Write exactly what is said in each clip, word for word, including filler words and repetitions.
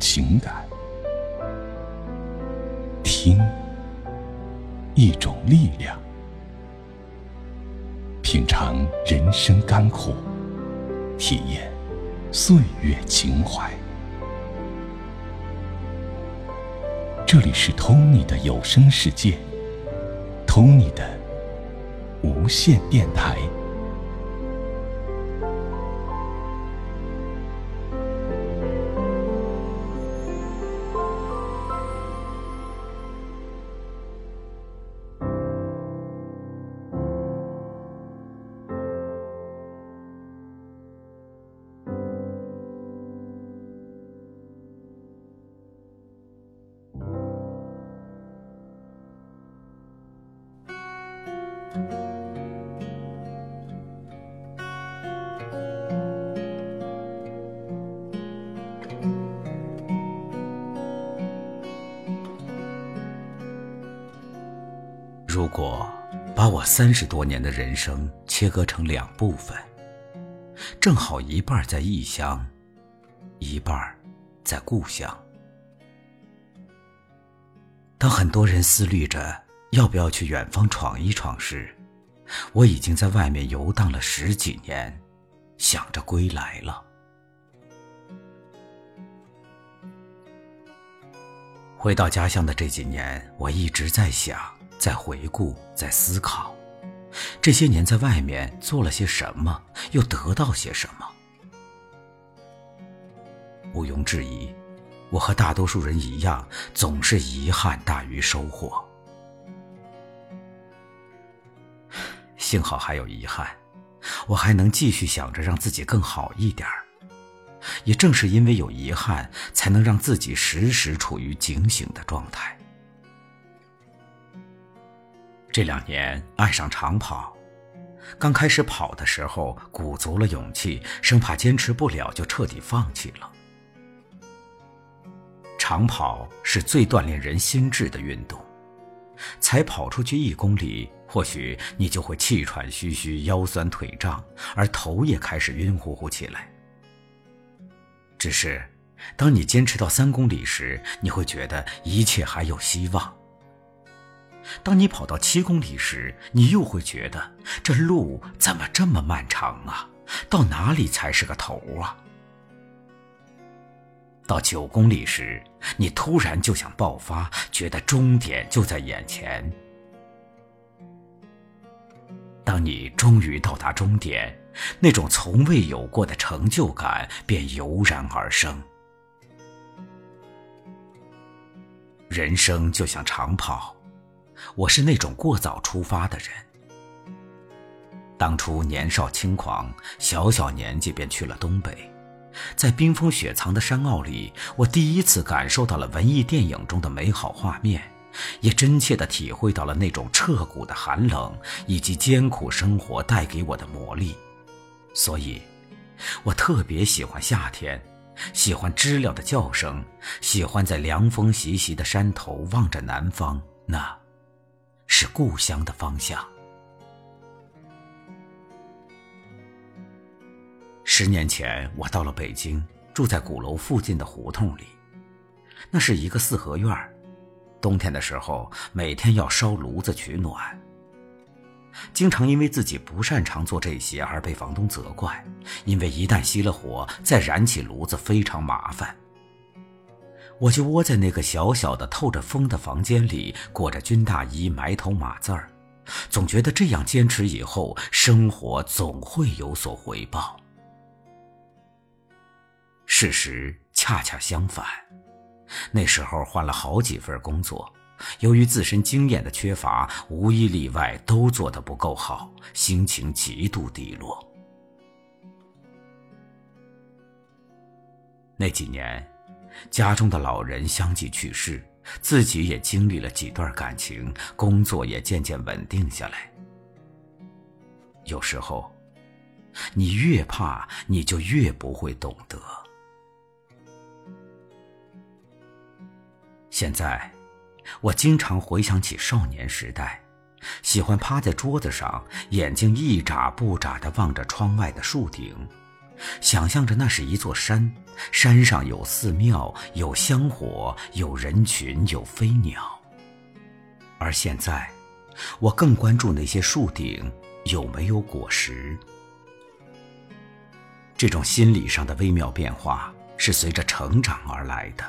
情感，听，一种力量，品尝人生甘苦，体验岁月情怀。这里是 Tony 的有声世界， Tony 的无线电台。 如果把我三十多年的人生切割成两部分，正好一半在异乡，一半在故乡。当很多人思虑着要不要去远方闯一闯时，我已经在外面游荡了十几年，想着归来了。回到家乡的这几年，我一直在想，在回顾，在思考，这些年在外面做了些什么，又得到些什么。毋庸置疑，我和大多数人一样，总是遗憾大于收获。幸好还有遗憾，我还能继续想着让自己更好一点。也正是因为有遗憾，才能让自己时时处于警醒的状态。这两年爱上长跑，刚开始跑的时候鼓足了勇气，生怕坚持不了就彻底放弃了。长跑是最锻炼人心智的运动，才跑出去一公里，或许你就会气喘吁吁，腰酸腿胀，而头也开始晕乎乎起来。只是当你坚持到三公里时，你会觉得一切还有希望。当你跑到七公里时，你又会觉得这路怎么这么漫长啊，到哪里才是个头啊。到九公里时，你突然就想爆发，觉得终点就在眼前。当你终于到达终点，那种从未有过的成就感便油然而生。人生就像长跑，我是那种过早出发的人。当初年少轻狂，小小年纪便去了东北，在冰封雪藏的山坳里，我第一次感受到了文艺电影中的美好画面，也真切地体会到了那种彻骨的寒冷，以及艰苦生活带给我的磨砺。所以我特别喜欢夏天，喜欢知了的叫声，喜欢在凉风习习的山头望着南方，那是故乡的方向。十年前我到了北京，住在鼓楼附近的胡同里，那是一个四合院，冬天的时候每天要烧炉子取暖。经常因为自己不擅长做这些而被房东责怪，因为一旦熄了火，再燃起炉子非常麻烦。我就窝在那个小小的透着风的房间里，裹着军大衣，埋头码字儿，总觉得这样坚持以后，生活总会有所回报。事实恰恰相反，那时候换了好几份工作，由于自身经验的缺乏，无一例外都做得不够好，心情极度低落。那几年，家中的老人相继去世，自己也经历了几段感情，工作也渐渐稳定下来。有时候，你越怕，你就越不会懂得。现在我经常回想起少年时代，喜欢趴在桌子上，眼睛一眨不眨地望着窗外的树顶， 想象着那是一座山，山上有寺庙，有香火，有人群，有飞鸟。而现在，我更关注那些树顶有没有果实。这种心理上的微妙变化是随着成长而来的。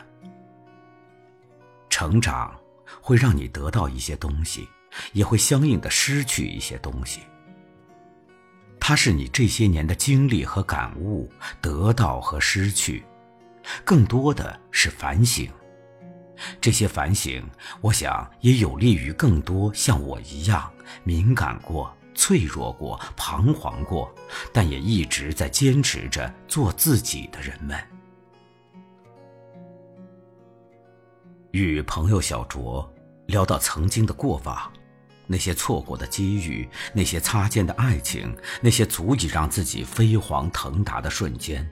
成长会让你得到一些东西，也会相应的失去一些东西。它是你这些年的经历和感悟，得到和失去，更多的是反省。这些反省，我想也有利于更多像我一样敏感过、脆弱过、彷徨过，但也一直在坚持着做自己的人们。与朋友小卓聊到曾经的过往，那些错过的机遇，那些擦肩的爱情，那些足以让自己飞黄腾达的瞬间。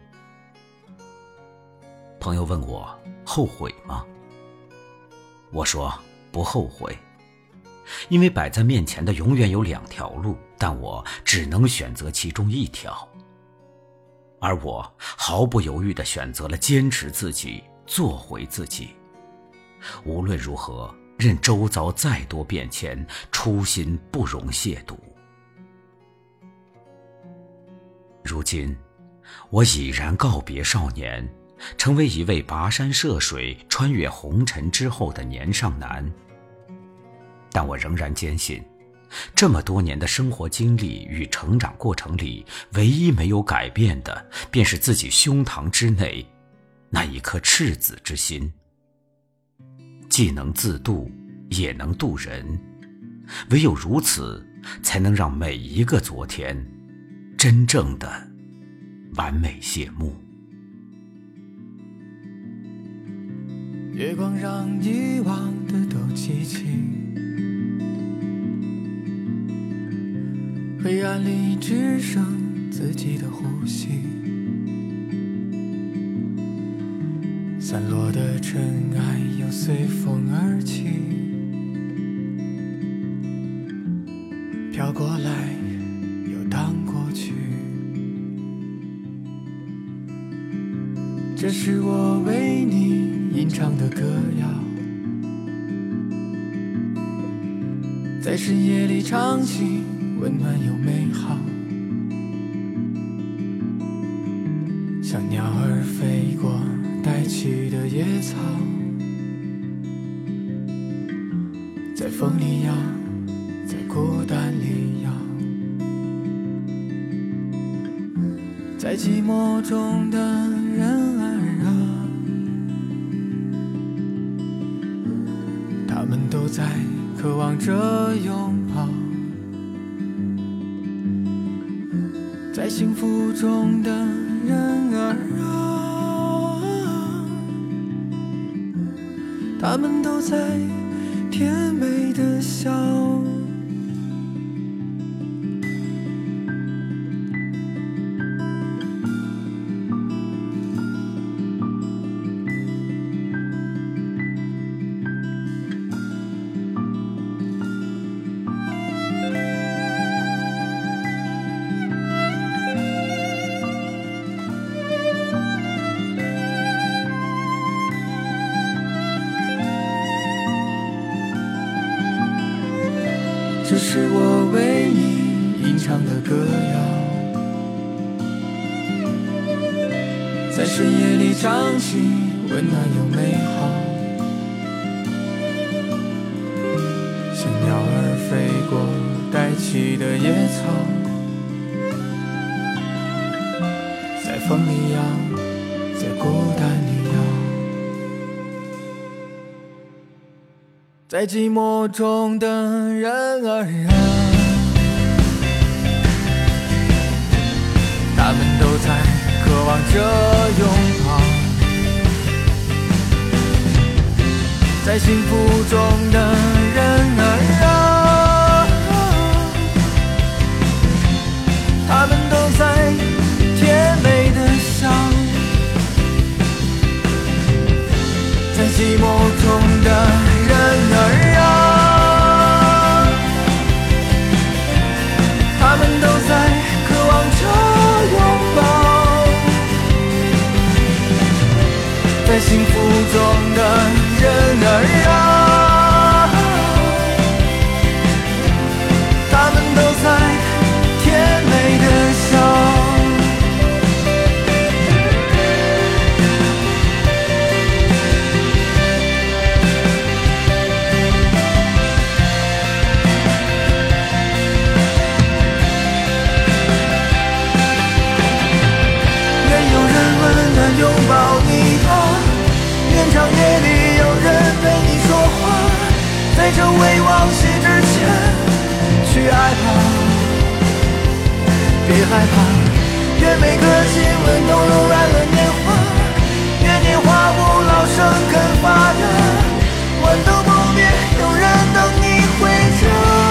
朋友问我后悔吗？我说不后悔，因为摆在面前的永远有两条路，但我只能选择其中一条。而我毫不犹豫地选择了坚持自己，做回自己。无论如何，任周遭再多变迁，初心不容亵渎。如今，我已然告别少年，成为一位跋山涉水、穿越红尘之后的年上男。但我仍然坚信，这么多年的生活经历与成长过程里，唯一没有改变的，便是自己胸膛之内那一颗赤子之心。既能自渡，也能渡人，唯有如此，才能让每一个昨天真正的完美谢幕。 月光让遗忘的都记起，黑暗里只剩自己的呼吸，散落的尘埃又随风而起，飘过来又荡过去。这是我为你吟唱的歌谣，在深夜里唱起，温暖又美好，像鸟儿飞过带起的野草，在风里摇，在孤单里摇，在寂寞中的人儿啊，他们都在渴望着拥抱，在幸福中的人儿啊，他们都在甜美的笑。这是我为你吟唱的歌谣，在深夜里唱起，温暖又美好，像鸟儿飞过带起的野草，在风里摇，在孤单里摇，在寂寞中的人儿啊，他们都在渴望着拥抱，在幸福中的人儿啊，他们都在甜美的笑，在寂寞中的人儿啊，他们都在渴望着拥抱， 生未忘记之前去爱吧，别害怕，愿每个亲吻都柔软了年华，愿年华不老生根发芽，豌豆不灭，有人等你回家。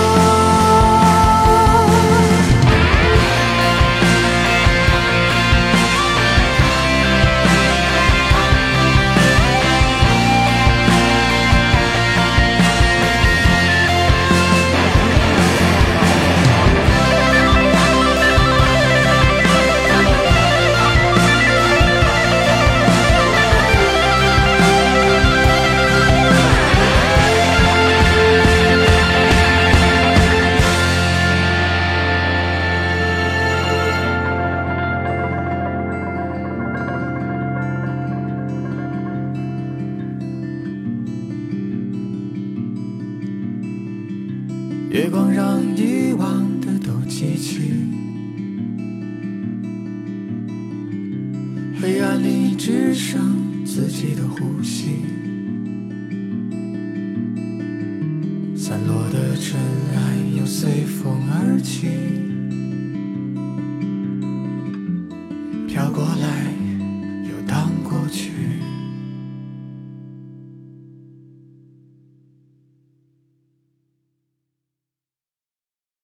月光让遗忘的都记起，黑暗里只剩自己的呼吸，散落的尘埃又随风而起，飘过来